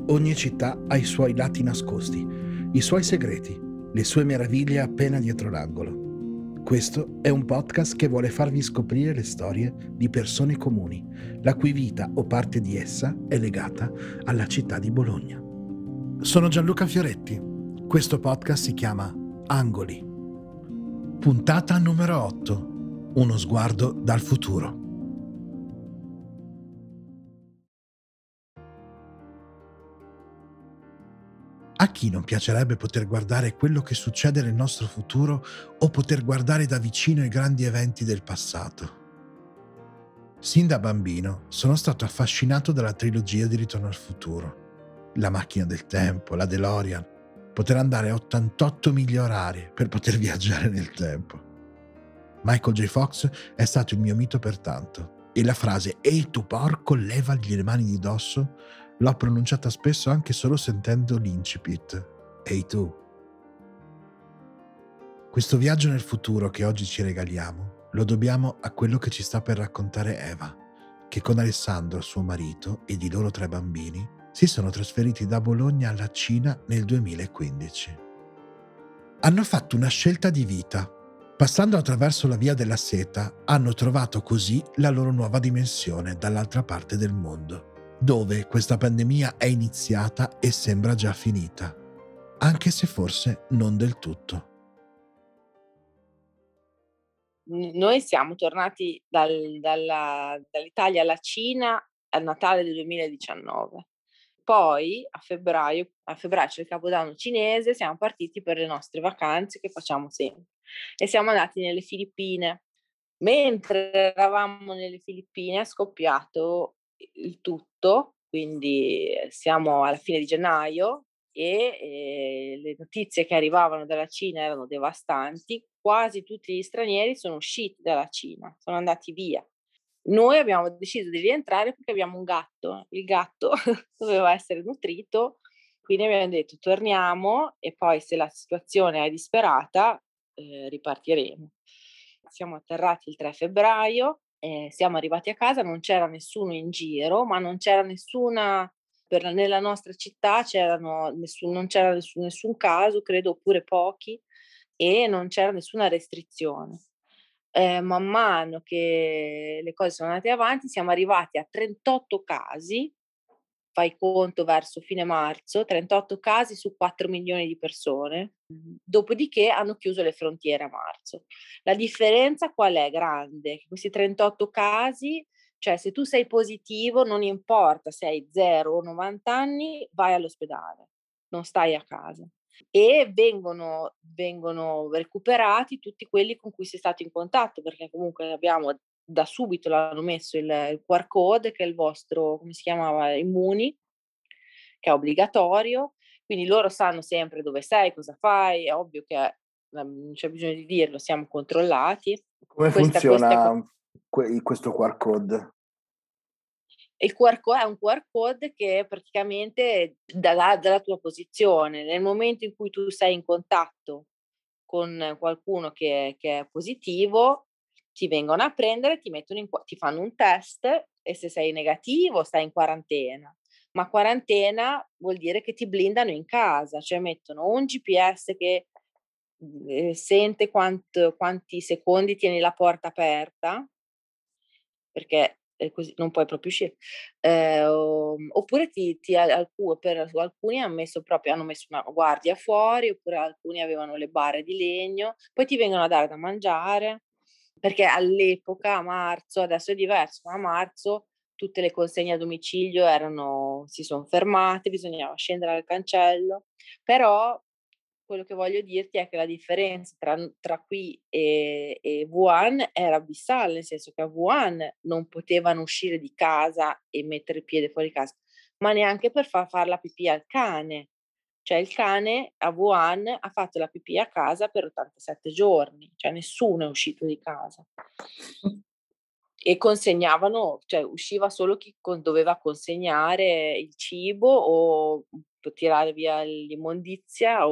Ogni città ha i suoi lati nascosti, i suoi segreti, le sue meraviglie appena dietro l'angolo. Questo è un podcast che vuole farvi scoprire le storie di persone comuni, la cui vita o parte di essa è legata alla città di Bologna. Sono Gianluca Fioretti. Questo podcast si chiama Angoli. Puntata numero 8. Uno sguardo dal futuro. A chi non piacerebbe poter guardare quello che succede nel nostro futuro o poter guardare da vicino i grandi eventi del passato? Sin da bambino sono stato affascinato dalla trilogia di Ritorno al futuro. La macchina del tempo, la DeLorean, poter andare a 88 miglia orarie per poter viaggiare nel tempo. Michael J. Fox è stato il mio mito pertanto e la frase «Ehi tu porco, levagli le mani di dosso» l'ho pronunciata spesso anche solo sentendo l'incipit. Ehi tu. Questo viaggio nel futuro che oggi ci regaliamo lo dobbiamo a quello che ci sta per raccontare Eva, che con Alessandro, suo marito, e i loro 3 bambini si sono trasferiti da Bologna alla Cina nel 2015. Hanno fatto una scelta di vita. Passando attraverso la via della seta, hanno trovato così la loro nuova dimensione dall'altra parte del mondo, dove questa pandemia è iniziata e sembra già finita, anche se forse non del tutto. Noi siamo tornati dall'Italia alla Cina al Natale del 2019. Poi a febbraio c'è il Capodanno cinese, siamo partiti per le nostre vacanze che facciamo sempre e siamo andati nelle Filippine. Mentre eravamo nelle Filippine è scoppiato il tutto, quindi siamo alla fine di gennaio e le notizie che arrivavano dalla Cina erano devastanti. Quasi tutti gli stranieri sono usciti dalla Cina, sono andati via. Noi abbiamo deciso di rientrare perché abbiamo un gatto. Il gatto doveva essere nutrito, quindi abbiamo detto: "Torniamo e poi se la situazione è disperata, ripartiremo". Siamo atterrati il 3 febbraio, siamo arrivati a casa, non c'era nessuno in giro, ma non c'era nessuna nella nostra città non c'era nessun caso, credo, oppure pochi, e non c'era nessuna restrizione. Man mano che le cose sono andate avanti siamo arrivati a 38 casi, fai conto verso fine marzo, 38 casi su 4.000.000 di persone, dopodiché hanno chiuso le frontiere a marzo. La differenza qual è? Grande, che questi 38 casi, cioè se tu sei positivo non importa se hai 0 o 90 anni, vai all'ospedale, non stai a casa. E vengono recuperati tutti quelli con cui sei stato in contatto, perché comunque abbiamo da subito l'hanno messo il QR code che è il vostro, come si chiamava, Immuni, che è obbligatorio, quindi loro sanno sempre dove sei, cosa fai, è ovvio che, non c'è bisogno di dirlo, siamo controllati. Come Questa co funziona questo QR code? Il QR co è un QR code che praticamente dalla tua posizione, nel momento in cui tu sei in contatto con qualcuno che è positivo, ti vengono a prendere, ti fanno un test e se sei negativo stai in quarantena. Ma quarantena vuol dire che ti blindano in casa, cioè mettono un GPS che, sente quanti secondi tieni la porta aperta, perché, così non puoi proprio uscire. Oppure ti alcu per su alcuni hanno messo una guardia fuori, oppure alcuni avevano le barre di legno, poi ti vengono a dare da mangiare, perché all'epoca a marzo, adesso è diverso, ma a marzo tutte le consegne a domicilio si son fermate, bisognava scendere al cancello, però quello che voglio dirti è che la differenza tra qui e Wuhan era abissale, nel senso che a Wuhan non potevano uscire di casa e mettere il piede fuori casa, ma neanche per far la pipì al cane. Cioè il cane a Wuhan ha fatto la pipì a casa per 87 giorni, cioè nessuno è uscito di casa. E consegnavano, cioè usciva solo chi doveva consegnare il cibo o tirare via l'immondizia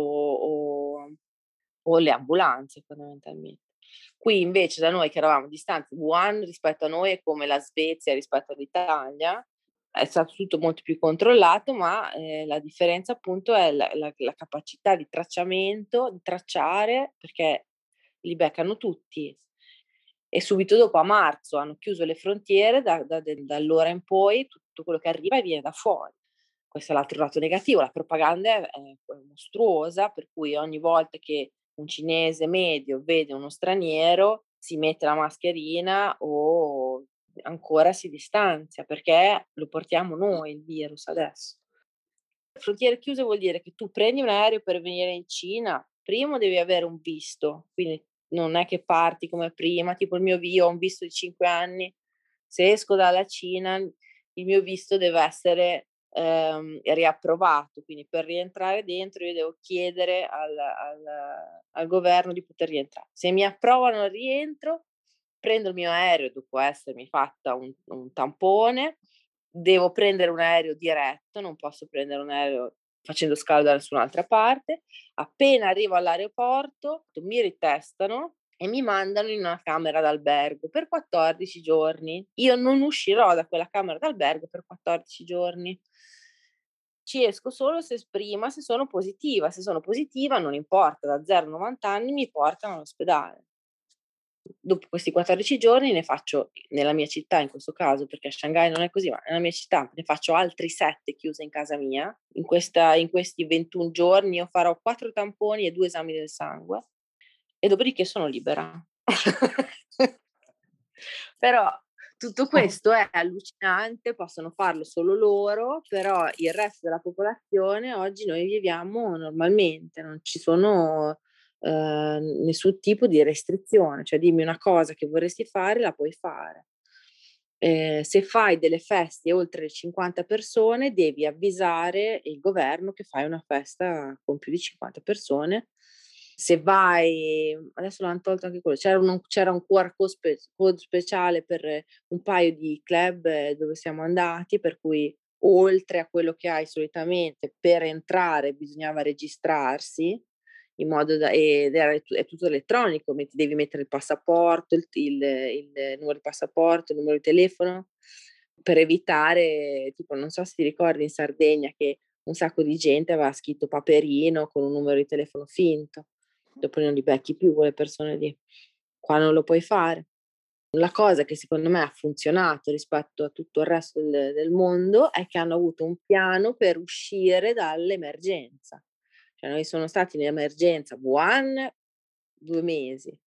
o le ambulanze fondamentalmente. Qui invece da noi che eravamo distanti, Wuhan rispetto a noi è come la Svezia rispetto all'Italia, è stato tutto molto più controllato, ma la differenza appunto è la capacità di tracciamento, di tracciare, perché li beccano tutti. E subito dopo, a marzo, hanno chiuso le frontiere, da allora in poi tutto quello che arriva viene da fuori. Questo è l'altro lato negativo, la propaganda è mostruosa, per cui ogni volta che un cinese medio vede uno straniero si mette la mascherina o ancora si distanzia, perché lo portiamo noi il virus adesso. Frontiere chiuse vuol dire che tu prendi un aereo per venire in Cina, primo devi avere un visto, quindi non è che parti come prima, tipo io ho un visto di 5 anni, se esco dalla Cina il mio visto deve essere riapprovato, quindi per rientrare dentro io devo chiedere al governo di poter rientrare. Se mi approvano il rientro, prendo il mio aereo dopo essermi fatta un tampone. Devo prendere un aereo diretto, non posso prendere un aereo facendo scalo da nessun'altra parte. Appena arrivo all'aeroporto mi ritestano e mi mandano in una camera d'albergo per 14 giorni. Io non uscirò da quella camera d'albergo per 14 giorni. Ci esco solo se sono positiva. Se sono positiva non importa, da 0 a 90 anni mi portano all'ospedale. Dopo questi 14 giorni ne faccio, nella mia città in questo caso, perché a Shanghai non è così, ma nella mia città ne faccio altri 7 chiuse in casa mia. In questi 21 giorni io farò 4 tamponi e 2 esami del sangue e dopodiché sono libera. Però tutto questo è allucinante, possono farlo solo loro, però il resto della popolazione oggi noi viviamo normalmente, non ci sono nessun tipo di restrizione, cioè dimmi una cosa che vorresti fare, la puoi fare. Se fai delle feste oltre le 50 persone, devi avvisare il governo che fai una festa con più di 50 persone. Se vai, adesso l'hanno tolto anche quello, c'era un QR code speciale per un paio di club dove siamo andati, per cui oltre a quello che hai solitamente per entrare bisognava registrarsi in modo da, è tutto elettronico, devi mettere il passaporto, il numero di passaporto, il numero di telefono, per evitare, tipo, non so se ti ricordi in Sardegna che un sacco di gente aveva scritto Paperino con un numero di telefono finto, dopo non li becchi più quelle persone lì. Qua non lo puoi fare. La cosa che secondo me ha funzionato rispetto a tutto il resto del mondo è che hanno avuto un piano per uscire dall'emergenza. Cioè noi sono stati in emergenza Wuhan 2 mesi,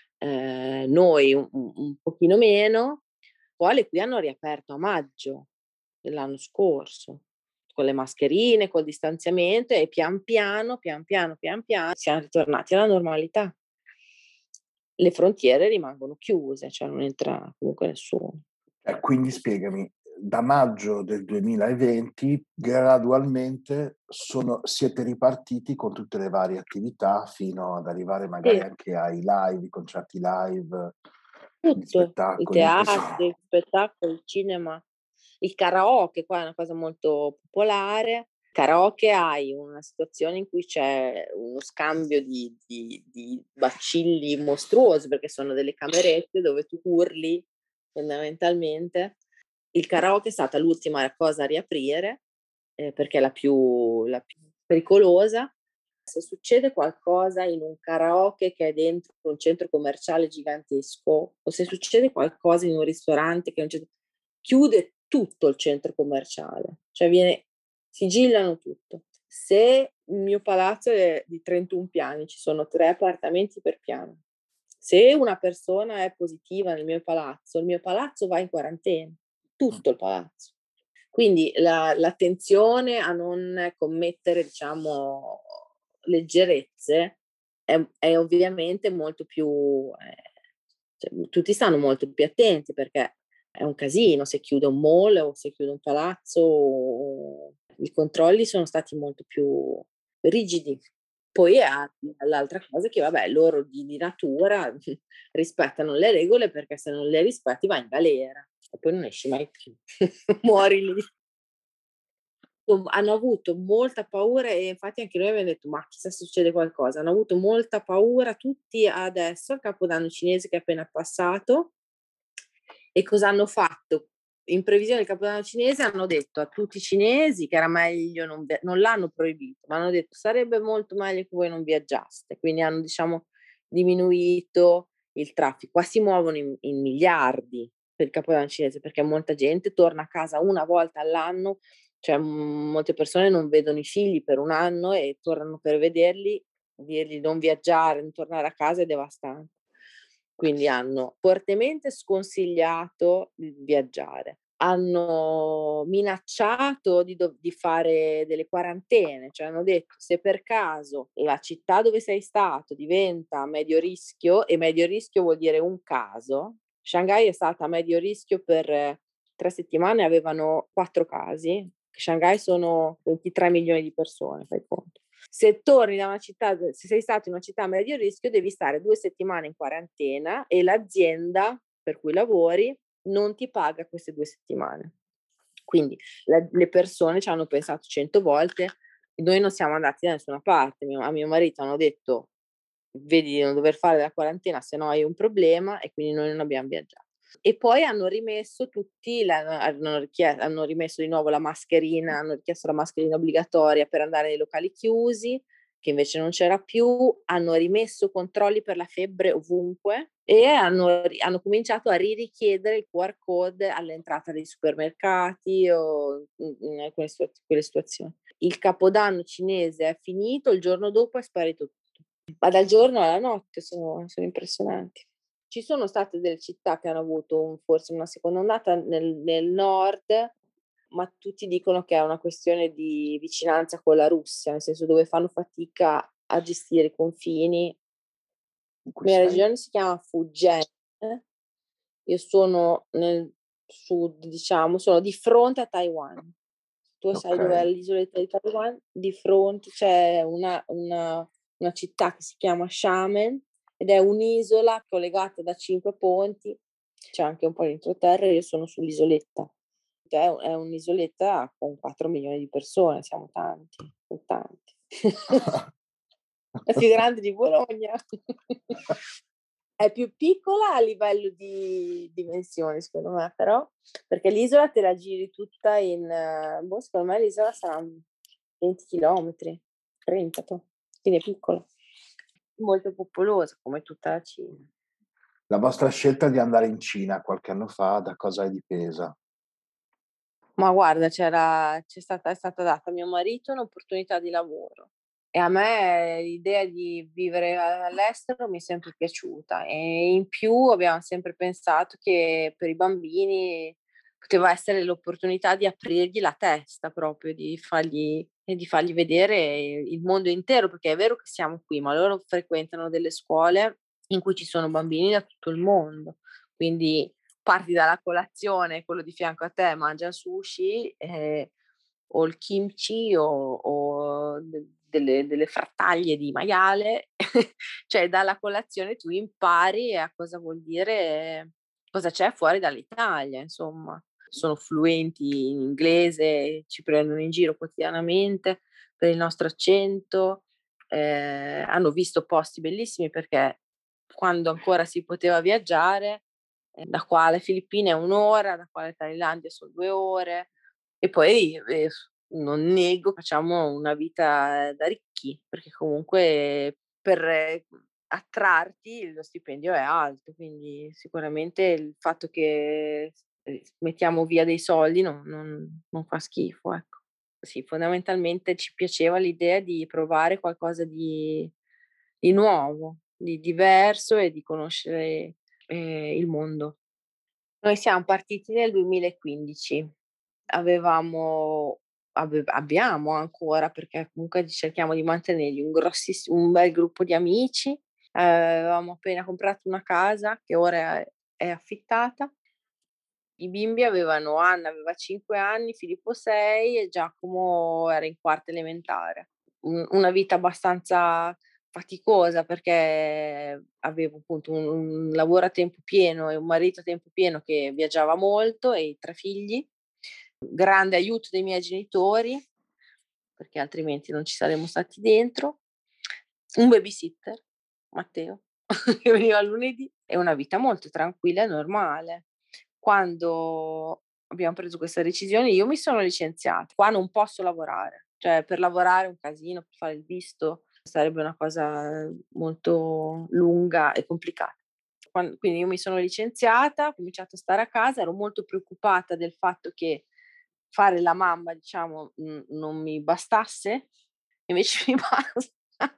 noi un pochino meno, poi le qui hanno riaperto a maggio dell'anno scorso, con le mascherine, col distanziamento e pian piano siamo ritornati alla normalità. Le frontiere rimangono chiuse, cioè non entra comunque nessuno. Quindi spiegami, da maggio del 2020 gradualmente siete ripartiti con tutte le varie attività fino ad arrivare magari Sì. anche ai live, i concerti live, gli Tutto, i spettacoli che teatri, il spettacolo, il cinema, il karaoke, qua è una cosa molto popolare. Karaoke hai una situazione in cui c'è uno scambio di bacilli mostruosi, perché sono delle camerette dove tu urli fondamentalmente. Il karaoke è stata l'ultima cosa a riaprire, perché è la più pericolosa. Se succede qualcosa in un karaoke che è dentro un centro commerciale gigantesco, o se succede qualcosa in un ristorante che non c'è, chiude tutto il centro commerciale, cioè sigillano tutto. Se il mio palazzo è di 31 piani, ci sono 3 appartamenti per piano. Se una persona è positiva nel mio palazzo, il mio palazzo va in quarantena, tutto il palazzo. Quindi l'attenzione a non commettere, diciamo, leggerezze è ovviamente molto più, cioè, tutti stanno molto più attenti perché è un casino se chiude un mall o se chiude un palazzo, i controlli sono stati molto più rigidi. Poi l'altra cosa è che vabbè, loro di natura rispettano le regole perché se non le rispetti vai in galera e poi non esci mai più, muori lì. Hanno avuto molta paura e infatti anche noi abbiamo detto: "Ma chissà se succede qualcosa." Hanno avuto molta paura tutti adesso, al Capodanno cinese che è appena passato. E cosa hanno fatto? in previsione del Capodanno cinese hanno detto a tutti i cinesi che era meglio non l'hanno proibito, ma hanno detto sarebbe molto meglio che voi non viaggiaste, quindi hanno diciamo diminuito il traffico. Qua si muovono in miliardi per il Capodanno cinese perché molta gente torna a casa una volta all'anno, cioè molte persone non vedono i figli per un anno e tornano per vederli, dirgli non viaggiare, non tornare a casa è devastante. Quindi hanno fortemente sconsigliato di viaggiare. Hanno minacciato di fare delle quarantene, cioè hanno detto se per caso la città dove sei stato diventa a medio rischio, e medio rischio vuol dire un caso, Shanghai è stata a medio rischio per 3 settimane, avevano 4 casi. Shanghai sono 23 milioni di persone, fai conto. Se torni da una città, se sei stato in una città a medio rischio, devi stare 2 settimane in quarantena e l'azienda per cui lavori non ti paga queste 2 settimane. Quindi le persone ci hanno pensato 100 volte, noi non siamo andati da nessuna parte. A mio marito hanno detto: "Vedi di non dover fare la quarantena, se no hai un problema", e quindi noi non abbiamo viaggiato. E poi hanno rimesso hanno rimesso di nuovo la mascherina, hanno richiesto la mascherina obbligatoria per andare nei locali chiusi, che invece non c'era più, hanno rimesso controlli per la febbre ovunque e hanno cominciato a richiedere il QR code all'entrata dei supermercati o in alcune quelle situazioni. Il Capodanno cinese è finito, il giorno dopo è sparito tutto. Ma dal giorno alla notte sono impressionanti. Ci sono state delle città che hanno avuto forse una seconda ondata nel nord, ma tutti dicono che è una questione di vicinanza con la Russia, nel senso dove fanno fatica a gestire i confini. In La cui mia sei? regione si chiama Fujian, io sono nel sud, diciamo, sono di fronte a Taiwan. Tu sai dov'è Ok. l'isoletta di Taiwan? Di fronte c'è una città che si chiama Xiamen ed è un'isola collegata da 5 ponti, c'è anche un po' di entroterra e io sono sull'isoletta. È un'isoletta con 4 milioni di persone, siamo tanti, son tanti. È più grande di Bologna. È più piccola a livello di dimensioni secondo me, però, perché l'isola te la giri tutta in boh, secondo me l'isola sarà 20 chilometri, 30 toh, quindi è piccola. Molto popolosa come tutta la Cina. La vostra scelta di andare in Cina qualche anno fa, da cosa è dipesa? Ma guarda, è stata data a mio marito un'opportunità di lavoro e a me l'idea di vivere all'estero mi è sempre piaciuta e in più abbiamo sempre pensato che per i bambini poteva essere l'opportunità di aprirgli la testa proprio, di fargli vedere il mondo intero, perché è vero che siamo qui, ma loro frequentano delle scuole in cui ci sono bambini da tutto il mondo, quindi parti dalla colazione, quello di fianco a te mangia il sushi, o il kimchi o delle frattaglie di maiale, cioè dalla colazione tu impari a cosa vuol dire cosa c'è fuori dall'Italia, insomma. Sono fluenti in inglese, ci prendono in giro quotidianamente per il nostro accento, hanno visto posti bellissimi perché quando ancora si poteva viaggiare, da qua alle Filippine è 1 ora, da qua alle Thailandia son 2 ore e poi, non nego, facciamo una vita da ricchi, perché comunque per attrarti lo stipendio è alto, quindi sicuramente il fatto che mettiamo via dei soldi non fa schifo, ecco. Sì, fondamentalmente ci piaceva l'idea di provare qualcosa di nuovo, di diverso e di conoscere, il mondo. Noi siam partiti nel 2015. Avevamo abbiamo ancora, perché comunque cerchiamo di mantenergli un bel gruppo di amici. Avevamo appena comprato una casa che ora è affittata. I bimbi Anna aveva 5 anni, Filippo 6 e Giacomo era in quarta elementare. Una vita abbastanza faticosa perché avevo appunto un lavoro a tempo pieno e un marito a tempo pieno che viaggiava molto e i 3 figli. Grande aiuto dei miei genitori, perché altrimenti non ci saremmo stati dentro. Un babysitter, Matteo, che veniva il lunedì e una vita molto tranquilla e normale. Quando abbiamo preso questa decisione, io mi sono licenziata. Qua non posso lavorare, cioè per lavorare è un casino, per fare il visto sarebbe una cosa molto lunga e complicata. Quindi io mi sono licenziata, ho cominciato a stare a casa, ero molto preoccupata del fatto che fare la mamma, diciamo, non mi bastasse, invece mi basta.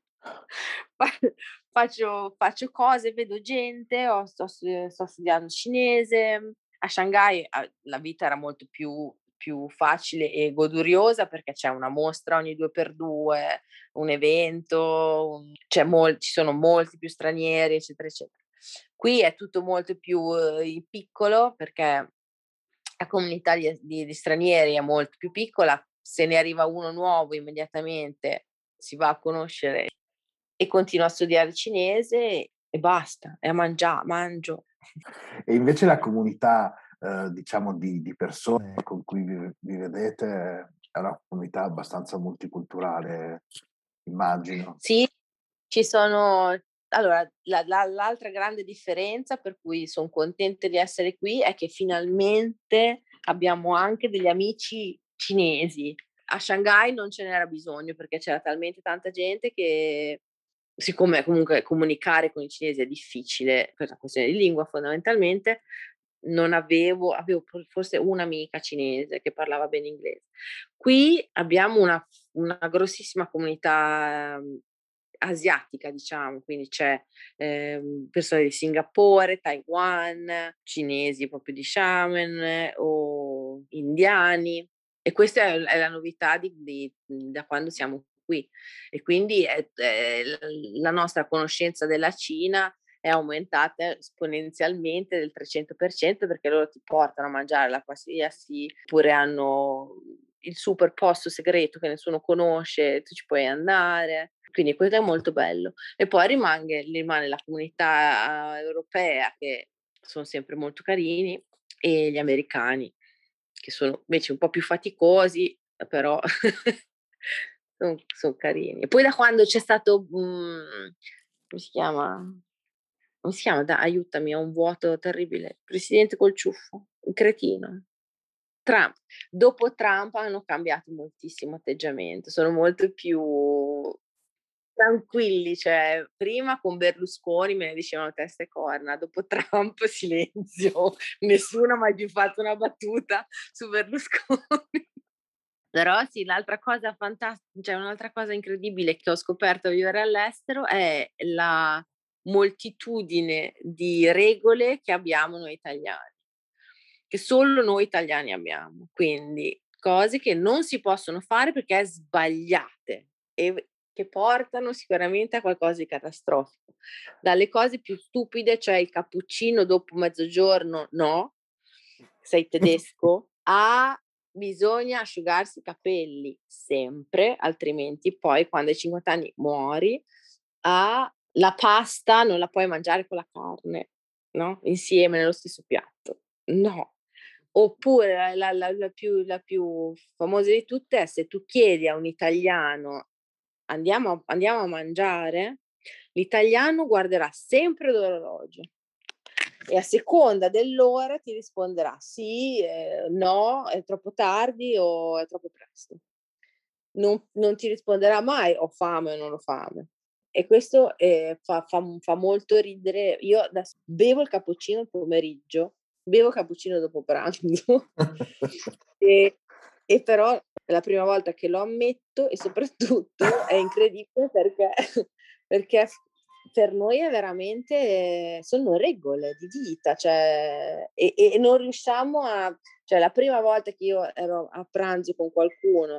Fa faccio cose, vedo gente, sto studiando cinese. A Shanghai, la vita era molto più facile e goduriosa perché c'è una mostra ogni 2x2, un evento, ci sono molti più stranieri, eccetera, eccetera. Qui è tutto molto più, in piccolo perché la comunità di stranieri è molto più piccola, se ne arriva uno nuovo immediatamente si va a conoscere e continuo a studiare cinese e basta, e a mangio. E invece la comunità, diciamo di persone con cui vi vedete è una comunità abbastanza multiculturale, immagino. Sì, ci sono allora l'altra grande differenza per cui son contenta di essere qui è che finalmente abbiamo anche degli amici cinesi. A Shanghai non ce n'era bisogno perché c'era talmente tanta gente che, siccome comunque comunicare con i cinesi è difficile per una questione di lingua fondamentalmente, non avevo forse un'amica cinese che parlava bene inglese. Qui abbiamo una grossissima comunità, asiatica diciamo, quindi c'è, persone di Singapore, Taiwan, cinesi proprio di Xiamen o indiani, e questa è la novità da quando siamo qui. E quindi la nostra conoscenza della Cina è aumentata esponenzialmente del 300% perché loro ti portano a mangiare la qualsiasi, oppure hanno il super posto segreto che nessuno conosce, tu ci puoi andare. Quindi questo è molto bello. E poi rimane la comunità europea che sono sempre molto carini, e gli americani che sono invece un po' più faticosi, però son carini. E poi da quando c'è stato, come si chiama? Come si chiama? Aiutami, ho un vuoto terribile. Presidente col ciuffo, un cretino. Trump. Dopo Trump hanno cambiato moltissimo atteggiamento, sono molto più tranquilli, cioè prima con Berlusconi me ne dicevano testa e corna, dopo Trump silenzio, nessuno ha mai più fatto una battuta su Berlusconi. Però sì, l'altra cosa cioè un'altra cosa incredibile che ho scoperto a vivere all'estero è la moltitudine di regole che abbiamo noi italiani, che solo noi italiani abbiamo. Quindi cose che non si possono fare perché sbagliate e che portano sicuramente a qualcosa di catastrofico. Dalle cose più stupide, cioè il cappuccino dopo mezzogiorno no, sei tedesco, a bisogna asciugarsi i capelli sempre, altrimenti poi quando hai 50 anni muori, la pasta non la puoi mangiare con la carne, no, insieme nello stesso piatto. No. Oppure la più famosa di tutte è se tu chiedi a un italiano: "Andiamo a mangiare?" L'italiano guarderà sempre l'orologio e a seconda dell'ora ti risponderà sì, no, è troppo tardi o è troppo presto. Non ti risponderà mai: "Ho fame" o "Non ho fame". E questo, fa molto ridere. Io adesso bevo il cappuccino il pomeriggio, bevo il cappuccino dopo pranzo e però è la prima volta che lo ammetto e soprattutto è incredibile perché per noi è veramente sono regole di vita, cioè e non riusciamo cioè la prima volta che io ero a pranzo con qualcuno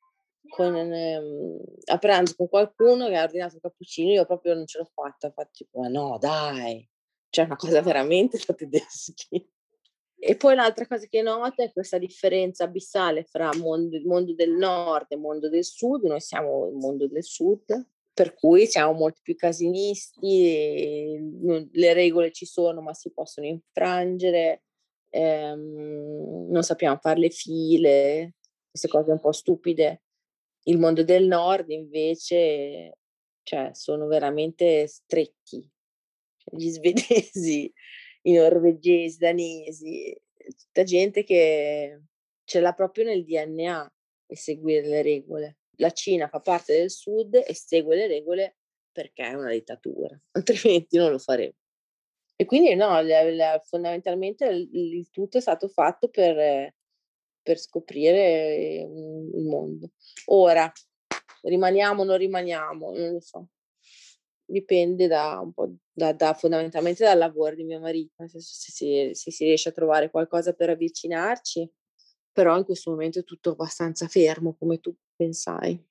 a pranzo con qualcuno che ha ordinato il cappuccino, io proprio non ce l'ho fatta, ho fatto tipo: "Ma no dai!" Cioè una cosa veramente da tedeschi. E poi l'altra cosa che noto è questa differenza abissale fra il mondo del nord e il mondo del sud. Noi siamo il mondo del sud, per cui siamo molto più casinisti, le regole ci sono, ma si possono infrangere, non sappiamo far le file, queste cose un po' stupide. Il mondo del nord invece, cioè sono veramente stretti. Cioè gli svedesi, i norvegesi, i danesi, tutta gente che ce l'ha proprio nel DNA e seguire le regole. La Cina fa parte del Sud e segue le regole perché è una dittatura, altrimenti non lo farebbe. E quindi no, fondamentalmente il tutto è stato fatto per scoprire il mondo. Ora, rimaniamo o non rimaniamo, non lo so. Dipende da un po' fondamentalmente dal lavoro di mio marito, nel senso se si riesce a trovare qualcosa per avvicinarci, però in questo momento è tutto abbastanza fermo, come tu ben sai.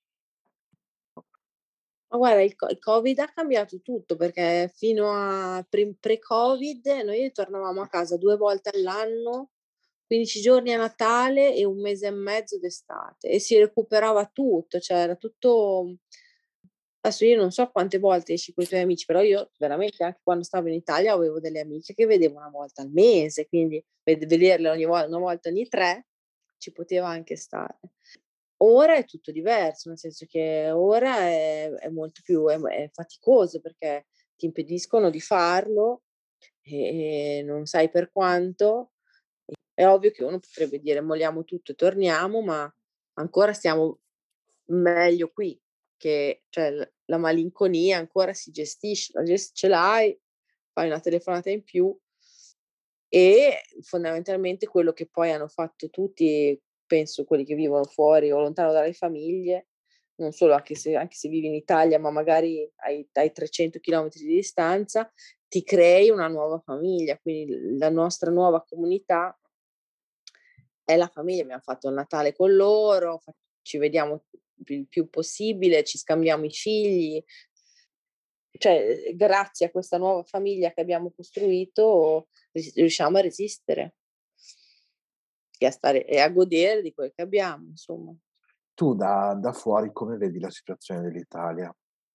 Ma guarda, il Covid ha cambiato tutto, perché fino a pre-Covid noi tornavamo a casa 2 volte all'anno, 15 giorni a Natale e 1 mese e mezzo d'estate, e si recuperava tutto, cioè era tutto. Adesso io non so quante volte esci coi tuoi amici, però io veramente anche quando stavo in Italia avevo delle amiche che vedevo 1 volta al mese, quindi vederle 1 volta ogni 3 ci poteva anche stare. Ora è tutto diverso, nel senso che ora è molto più è faticoso, perché ti impediscono di farlo e non sai per quanto. È ovvio che uno potrebbe dire: "Molliamo tutto e torniamo", ma ancora stiamo meglio qui, che cioè la malinconia ancora si gestisce, ce l'hai, fai una telefonata in più. E fondamentalmente quello che poi hanno fatto tutti, penso quelli che vivono fuori o lontano dalle famiglie, non solo, anche se vivi in Italia, ma magari hai 300 chilometri di distanza, ti crei una nuova famiglia, quindi la nostra nuova comunità è la famiglia. Abbiamo fatto il Natale con loro, ci vediamo il più possibile, ci scambiamo i figli. Cioè, grazie a questa nuova famiglia che abbiamo costruito, riusciamo a resistere e a stare e a godere di quel che abbiamo, insomma. Tu da fuori come vedi la situazione dell'Italia?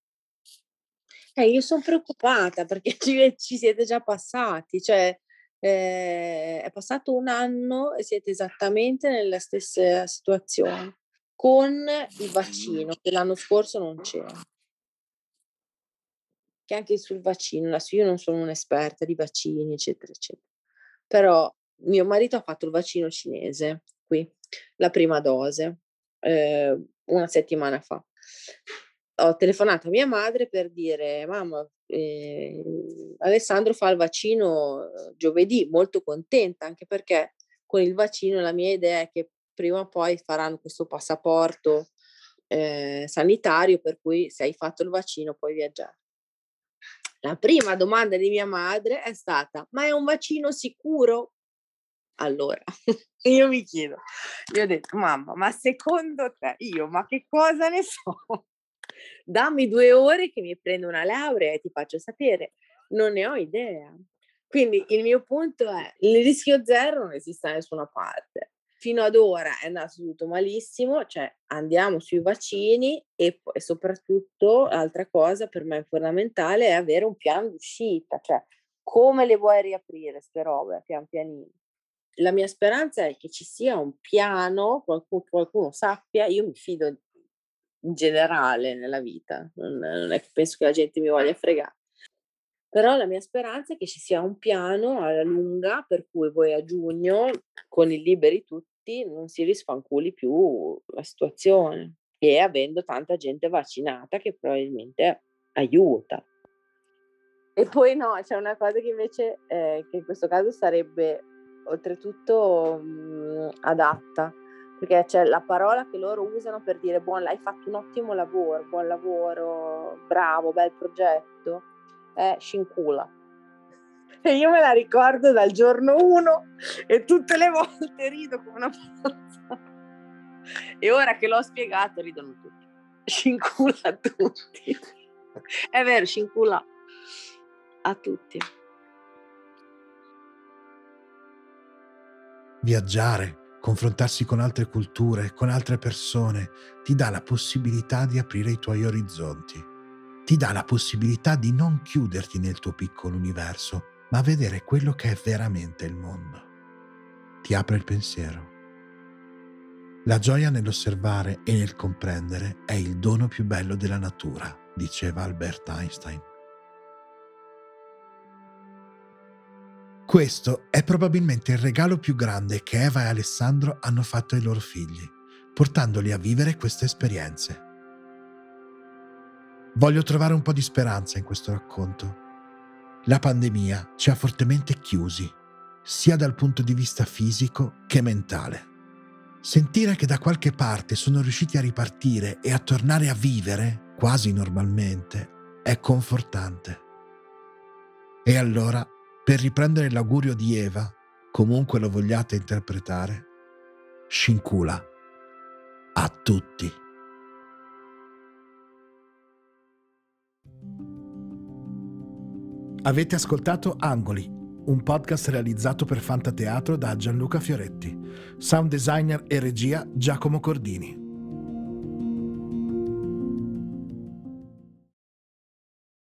Io son preoccupata perché ci siete già passati, cioè, è passato 1 anno e siete esattamente nella stessa situazione, con il vaccino che l'anno scorso non c'era. Che anche sul vaccino, adesso io non sono un'esperta di vaccini, eccetera, eccetera, però mio marito ha fatto il vaccino cinese qui, la prima dose, 1 settimana fa. Ho telefonato a mia madre per dire: "Mamma, Alessandro fa il vaccino giovedì", molto contenta, anche perché con il vaccino la mia idea è che prima o poi faranno questo passaporto, sanitario, per cui se hai fatto il vaccino puoi viaggiare. La prima domanda di mia madre è stata: "Ma è un vaccino sicuro?" Allora, io mi chiedo, io ho detto: "Mamma, ma secondo te io ma che cosa ne so? Dammi 2 ore che mi prendo una laurea e ti faccio sapere, non ne ho idea." Quindi il mio punto è: il rischio zero non esiste da nessuna parte. Fino ad ora è andato tutto malissimo, cioè andiamo sui vaccini e soprattutto altra cosa per me fondamentale è avere un piano d'uscita, cioè come le vuoi riaprire 'ste robe pian pianino. La mia speranza è che ci sia un piano, qualcuno sappia. Io mi fido in generale nella vita, non è che penso che la gente mi voglia fregare. Però la mia speranza è che ci sia un piano alla lunga per cui poi a giugno, con il liberi tutti, non si risfanculi più la situazione, e avendo tanta gente vaccinata che probabilmente aiuta. E poi no, c'è una cosa che invece, che in questo caso sarebbe oltretutto, adatta, perché c'è la parola che loro usano per dire: hai fatto un ottimo lavoro, buon lavoro, bravo, bel progetto", è scincula. E io me la ricordo dal giorno 1 e tutte le volte rido come una pazza. E ora che l'ho spiegato ridono tutti. Scincula a tutti. È vero, scincula a tutti. Viaggiare, confrontarsi con altre culture, con altre persone, ti dà la possibilità di aprire i tuoi orizzonti. Ti dà la possibilità di non chiuderti nel tuo piccolo universo, ma vedere quello che è veramente il mondo. Ti apre il pensiero. La gioia nell'osservare e nel comprendere è il dono più bello della natura, diceva Albert Einstein. Questo è probabilmente il regalo più grande che Eva e Alessandro hanno fatto ai loro figli, portandoli a vivere queste esperienze. Voglio trovare un po' di speranza in questo racconto. La pandemia ci ha fortemente chiusi, sia dal punto di vista fisico che mentale. Sentire che da qualche parte sono riusciti a ripartire e a tornare a vivere, quasi normalmente, è confortante. E allora, per riprendere l'augurio di Eva, comunque lo vogliate interpretare, Shinkula a tutti. Avete ascoltato Angoli, un podcast realizzato per Fantateatro da Gianluca Fioretti. Sound designer e regia Giacomo Cordini.